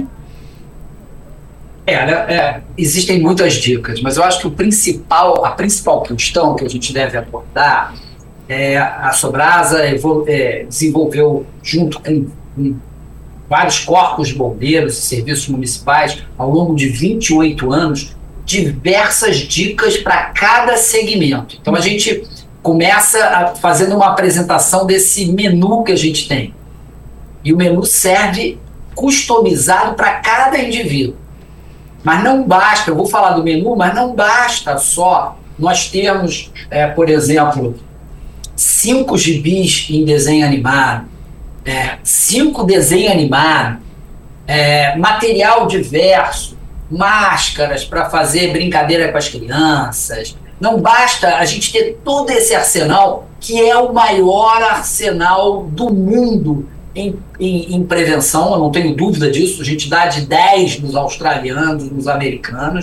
É, é, existem muitas dicas, mas eu acho que o principal, a principal questão que a gente deve abordar é a Sobrasa evol, é, desenvolveu, junto com, com vários corpos de bombeiros e serviços municipais, ao longo de vinte e oito anos, diversas dicas para cada segmento. Então a gente começa a, fazendo uma apresentação desse menu que a gente tem. E o menu serve customizado para cada indivíduo. Mas não basta, eu vou falar do menu, mas não basta só nós termos, é, por exemplo, cinco gibis em desenho animado, é, cinco desenho animado, é, material diverso, máscaras para fazer brincadeira com as crianças. Não basta a gente ter todo esse arsenal, que é o maior arsenal do mundo Em, em, em prevenção, eu não tenho dúvida disso. A gente dá de dez nos australianos, nos americanos,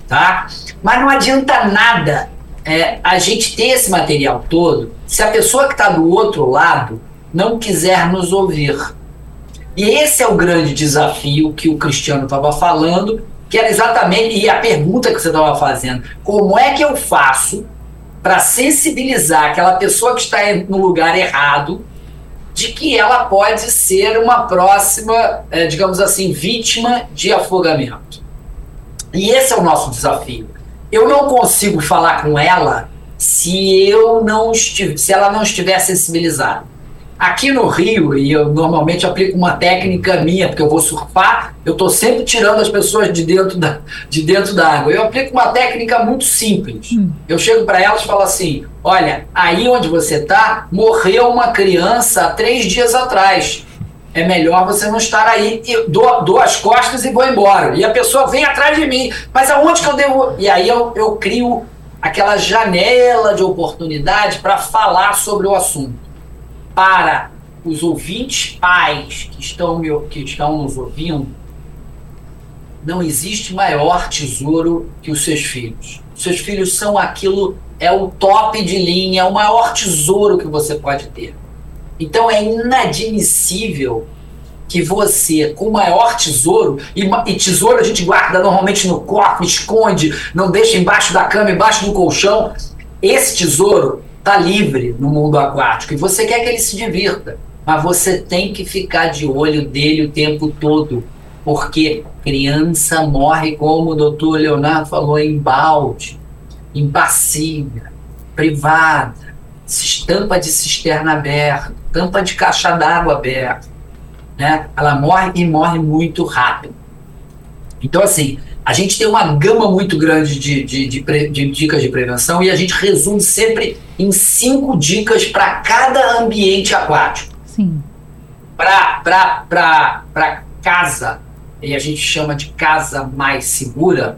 tá? Mas não adianta nada é, a gente ter esse material todo se a pessoa que está do outro lado não quiser nos ouvir. E esse é o grande desafio que o Cristiano estava falando, que era exatamente, e a pergunta que você estava fazendo, como é que eu faço para sensibilizar aquela pessoa que está no lugar errado de que ela pode ser uma próxima, é, digamos assim, vítima de afogamento. E esse é o nosso desafio. Eu não consigo falar com ela se, eu não estiver, se ela não estiver sensibilizada. Aqui no Rio, e eu normalmente aplico uma técnica minha, porque eu vou surfar, eu estou sempre tirando as pessoas de dentro da, de dentro da água. Eu aplico uma técnica muito simples. Hum. Eu chego para elas e falo assim, olha, aí onde você está, morreu uma criança há três dias atrás. É melhor você não estar aí. Eu dou, dou as costas e vou embora. E a pessoa vem atrás de mim. Mas aonde que eu devo... E aí eu, eu crio aquela janela de oportunidade para falar sobre o assunto. Para os ouvintes pais que estão, que estão nos ouvindo, não existe maior tesouro que os seus filhos. Os seus filhos são aquilo, é o top de linha, é o maior tesouro que você pode ter. Então é inadmissível que você, com o maior tesouro, e, e tesouro a gente guarda normalmente no cofre, esconde, não deixa embaixo da cama, embaixo do colchão. Esse tesouro está livre no mundo aquático e você quer que ele se divirta, mas você tem que ficar de olho dele o tempo todo, porque criança morre, como o doutor Leonardo falou, em balde, em bacia, privada, tampa de cisterna aberta, tampa de caixa d'água aberta, né? Ela morre e morre muito rápido. Então, assim, a gente tem uma gama muito grande de, de, de, pre, de dicas de prevenção e a gente resume sempre em cinco dicas para cada ambiente aquático.
Sim.
Para casa, e a gente chama de casa mais segura,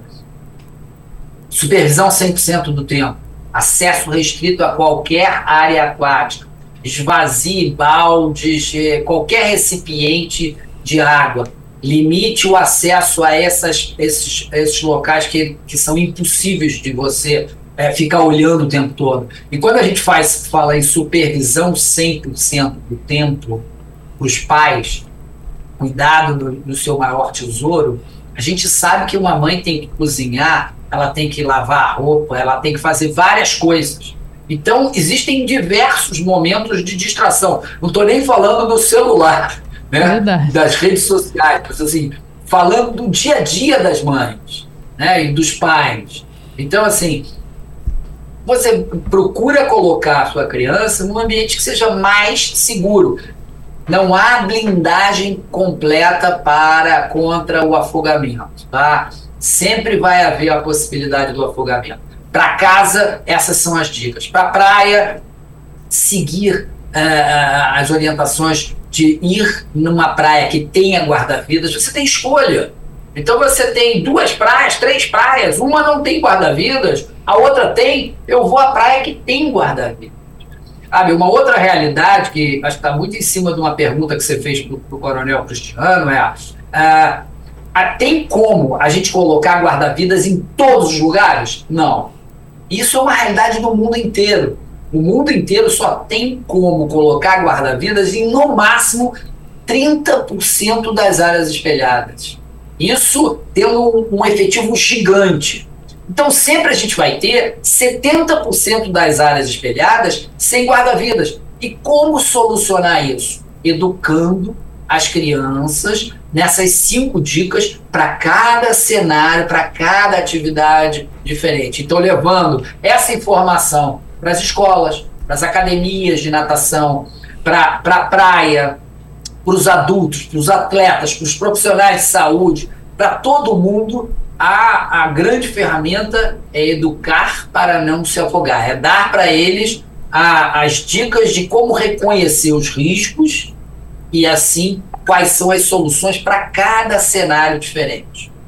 supervisão cem por cento do tempo, acesso restrito a qualquer área aquática, esvazie baldes, qualquer recipiente de água, limite o acesso a essas, esses, esses locais que, que são impossíveis de você é, ficar olhando o tempo todo. E quando a gente faz, fala em supervisão cem por cento do tempo, os pais, cuidado do, do seu maior tesouro, a gente sabe que uma mãe tem que cozinhar, ela tem que lavar a roupa, ela tem que fazer várias coisas. Então, existem diversos momentos de distração. Não estou nem falando do celular, né? Das redes sociais, mas, assim, falando do dia a dia das mães, né? E dos pais. Então, assim, você procura colocar a sua criança num ambiente que seja mais seguro. Não há blindagem completa para contra o afogamento, tá? Sempre vai haver a possibilidade do afogamento. Para casa, essas são as dicas. Para praia, seguir uh, as orientações de ir numa praia que tenha guarda-vidas. Você tem escolha. Então você tem duas praias, três praias, uma não tem guarda-vidas, a outra tem, eu vou à praia que tem guarda-vidas. Ah, uma outra realidade que acho que está muito em cima de uma pergunta que você fez para o Coronel Cristiano é uh, uh, tem como a gente colocar guarda-vidas em todos os lugares? Não. Isso é uma realidade no mundo inteiro. O mundo inteiro só tem como colocar guarda-vidas em, no máximo, trinta por cento das áreas espelhadas. Isso tendo um, um efetivo gigante. Então, sempre a gente vai ter setenta por cento das áreas espelhadas sem guarda-vidas. E como solucionar isso? Educando as crianças nessas cinco dicas para cada cenário, para cada atividade diferente. Então, levando essa informação para as escolas, para as academias de natação, para a praia, para os adultos, para os atletas, para os profissionais de saúde, para todo mundo, a, a grande ferramenta é educar para não se afogar, é dar para eles a, as dicas de como reconhecer os riscos e, assim, quais são as soluções para cada cenário diferente.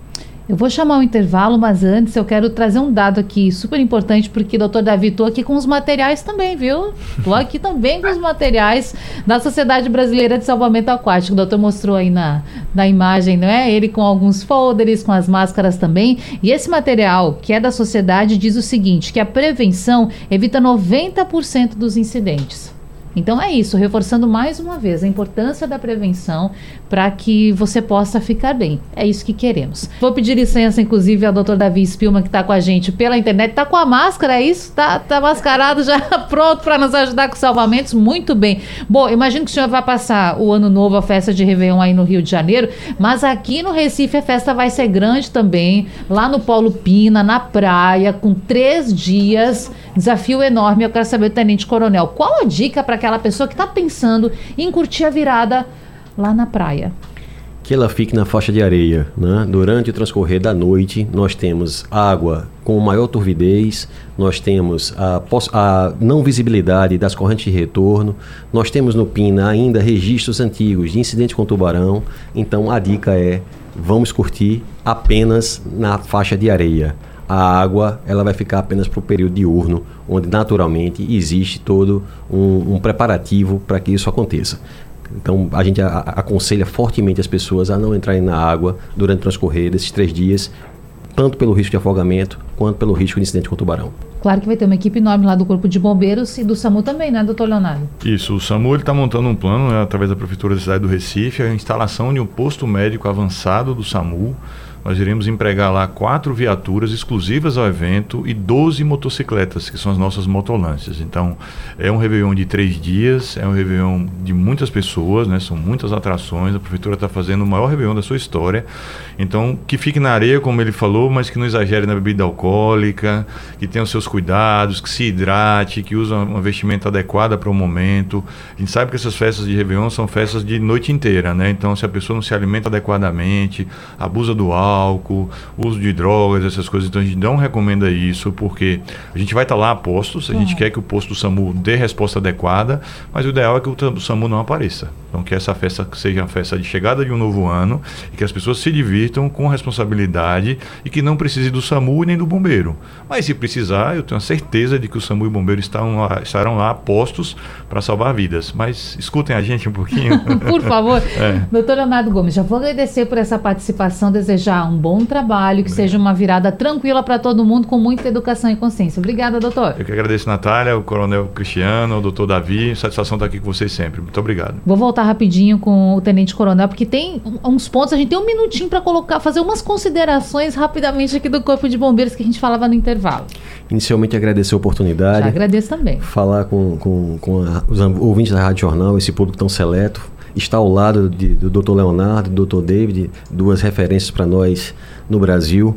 Eu vou chamar o intervalo, mas antes eu quero trazer um dado aqui super importante, porque, doutor Davi, estou aqui com os materiais também, viu? Estou aqui também com os materiais da Sociedade Brasileira de Salvamento Aquático. O doutor mostrou aí na, na imagem, não é? Ele com alguns folders, com as máscaras também. E esse material, que é da sociedade, diz o seguinte, que a prevenção evita noventa por cento dos incidentes. Então é isso, reforçando mais uma vez a importância da prevenção para que você possa ficar bem. É isso que queremos. Vou pedir licença, inclusive, ao doutor Davi Spillman, que está com a gente pela internet. Está com a máscara, é isso? Está tá mascarado já, pronto para nos ajudar com salvamentos? Muito bem. Bom, imagino que o senhor vai passar o ano novo, a festa de Réveillon aí no Rio de Janeiro, mas aqui no Recife a festa vai ser grande também, lá no Paulo Pina, na praia, com três dias. Desafio enorme. Eu quero saber, Tenente Coronel, qual a dica para aquela pessoa que está pensando em curtir a virada lá na praia?
Que ela fique na faixa de areia, né? Durante o transcorrer da noite, nós temos água com maior turbidez, nós temos a, a não visibilidade das correntes de retorno, nós temos no Pina ainda registros antigos de incidente com tubarão. Então a dica é, vamos curtir apenas na faixa de areia. A água ela vai ficar apenas para o período diurno, onde naturalmente existe todo um, um preparativo para que isso aconteça. Então a gente a, a, aconselha fortemente as pessoas a não entrarem na água durante o transcorrer desses três dias, tanto pelo risco de afogamento quanto pelo risco de incidente com tubarão.
Claro que vai ter uma equipe enorme lá do Corpo de Bombeiros e do SAMU também, né, doutor Leonardo?
Isso, o SAMU está montando um plano, né, através da Prefeitura da cidade do Recife, a instalação de um posto médico avançado do SAMU. Nós iremos empregar lá quatro viaturas exclusivas ao evento e doze motocicletas, que são as nossas motolâncias. Então, é um Réveillon de três dias, é um Réveillon de muitas pessoas, né? São muitas atrações, a Prefeitura está fazendo o maior Réveillon da sua história. Então, que fique na areia, como ele falou, mas que não exagere na bebida alcoólica, que tenha os seus cuidados, que se hidrate, que use uma vestimenta adequada para o momento. A gente sabe que essas festas de Réveillon são festas de noite inteira, né? Então, se a pessoa não se alimenta adequadamente, abusa do álcool, álcool, uso de drogas, essas coisas, então a gente não recomenda isso, porque a gente vai estar lá a postos, a gente uhum. quer que o posto do SAMU dê resposta adequada, mas o ideal é que o SAMU não apareça. Então que essa festa seja uma festa de chegada de um novo ano e que as pessoas se divirtam com responsabilidade e que não precise do SAMU nem do bombeiro. Mas se precisar, eu tenho a certeza de que o SAMU e o bombeiro estão lá, estarão lá postos para salvar vidas. Mas escutem a gente um pouquinho.
Por favor.
É.
Doutor Leonardo Gomes, já vou agradecer por essa participação, desejar um bom trabalho, que Obrigado. Seja uma virada tranquila para todo mundo, com muita educação e consciência. Obrigada, doutor.
Eu que agradeço, Natália, o Coronel Cristiano, o doutor Davi, satisfação estar aqui com vocês sempre. Muito obrigado.
Vou voltar rapidinho com o Tenente Coronel, porque tem uns pontos, a gente tem um minutinho para colocar, fazer umas considerações rapidamente aqui do Corpo de Bombeiros que a gente falava no intervalo.
Inicialmente agradecer a oportunidade.
Já agradeço também.
Falar com, com, com a, os ouvintes da Rádio Jornal, esse público tão seleto. Está ao lado de, do doutor Leonardo, do doutor David, duas referências para nós no Brasil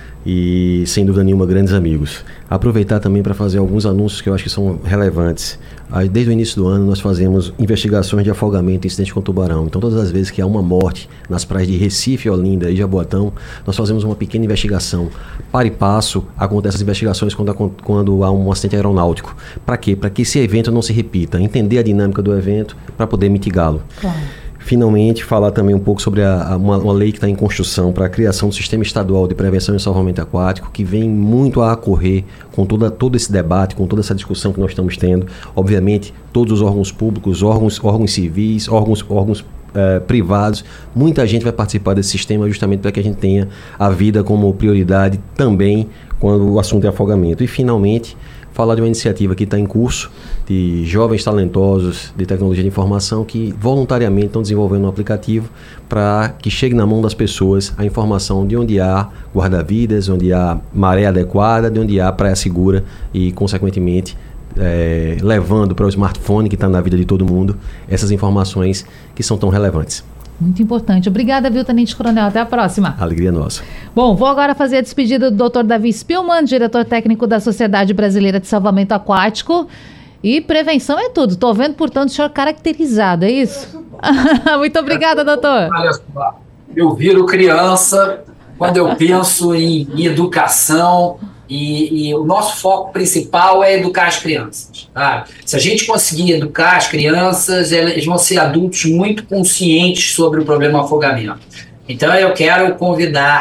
e, sem dúvida nenhuma, grandes amigos. Aproveitar também para fazer alguns anúncios que eu acho que são relevantes. Desde o início do ano nós fazemos investigações de afogamento e incidente com tubarão. Então todas as vezes que há uma morte nas praias de Recife, Olinda e Jaboatão, nós fazemos uma pequena investigação. Para e passo, acontecem essas investigações quando, quando há um acidente aeronáutico. Para quê? Para que esse evento não se repita. Entender a dinâmica do evento para poder mitigá-lo. Claro. Finalmente, falar também um pouco sobre a, a, uma, uma lei que está em construção para a criação do Sistema Estadual de Prevenção e Salvamento Aquático, que vem muito a ocorrer com toda, todo esse debate, com toda essa discussão que nós estamos tendo. Obviamente, todos os órgãos públicos, órgãos, órgãos civis, órgãos, órgãos eh, privados, muita gente vai participar desse sistema justamente para que a gente tenha a vida como prioridade também quando o assunto é afogamento. E, finalmente, falar de uma iniciativa que está em curso de jovens talentosos de tecnologia de informação que voluntariamente estão desenvolvendo um aplicativo para que chegue na mão das pessoas a informação de onde há guarda-vidas, onde há maré adequada, de onde há praia segura e, consequentemente, é, levando para o smartphone que está na vida de todo mundo essas informações que são tão relevantes.
Muito importante. Obrigada, viu, Tenente Coronel. Até a próxima.
Alegria nossa.
Bom, vou agora fazer a despedida do doutor Davi Spillman, diretor técnico da Sociedade Brasileira de Salvamento Aquático. E prevenção é tudo. Estou vendo, portanto, o senhor caracterizado, é isso? Muito obrigada, doutor. Olha
só, eu viro criança quando eu penso em, em educação e, e o nosso foco principal é educar as crianças. Tá? Se a gente conseguir educar as crianças, eles vão ser adultos muito conscientes sobre o problema afogamento. Então eu quero convidar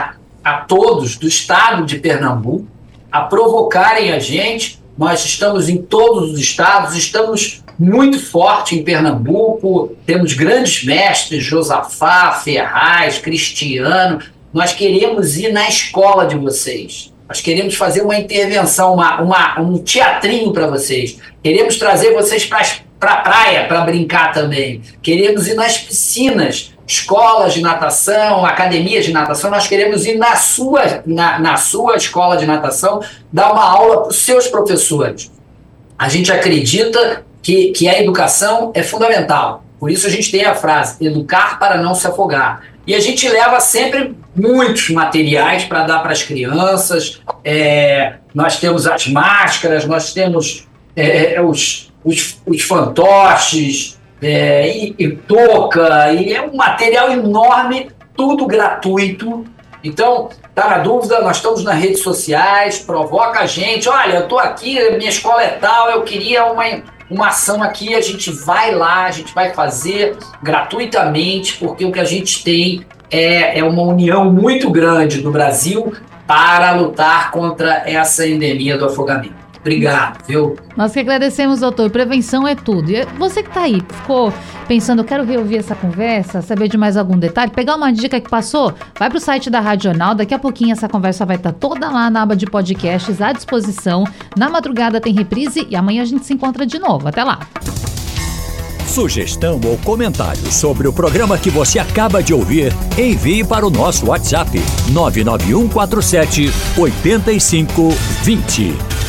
a todos do estado de Pernambuco a provocarem a gente. Nós estamos em todos os estados, estamos muito forte em Pernambuco, temos grandes mestres, Josafá, Ferraz, Cristiano. Nós queremos ir na escola de vocês. Nós queremos fazer uma intervenção, uma, uma, um teatrinho para vocês. Queremos trazer vocês para a praia para brincar também. Queremos ir nas piscinas, escolas de natação, academias de natação. Nós queremos ir na sua, na, na sua escola de natação, dar uma aula para os seus professores. A gente acredita que, que a educação é fundamental. Por isso a gente tem a frase, educar para não se afogar. E a gente leva sempre muitos materiais para dar para as crianças. É, nós temos as máscaras, nós temos é, os, os, os fantoches, é, e, e touca, e é um material enorme, tudo gratuito. Então, tá na dúvida, nós estamos nas redes sociais, provoca a gente. Olha, eu estou aqui, minha escola é tal, eu queria uma... uma ação aqui, a gente vai lá, a gente vai fazer gratuitamente, porque o que a gente tem é, é uma união muito grande do Brasil para lutar contra essa endemia do afogamento. Obrigado, viu?
Nós que agradecemos, doutor. Prevenção é tudo. E você que está aí, ficou pensando, eu quero reouvir essa conversa, saber de mais algum detalhe, pegar uma dica que passou, vai para o site da Rádio Jornal. Daqui a pouquinho essa conversa vai estar toda lá na aba de podcasts à disposição. Na madrugada tem reprise e amanhã a gente se encontra de novo. Até lá.
Sugestão ou comentário sobre o programa que você acaba de ouvir, envie para o nosso WhatsApp nove nove um quatro sete oito cinco dois zero.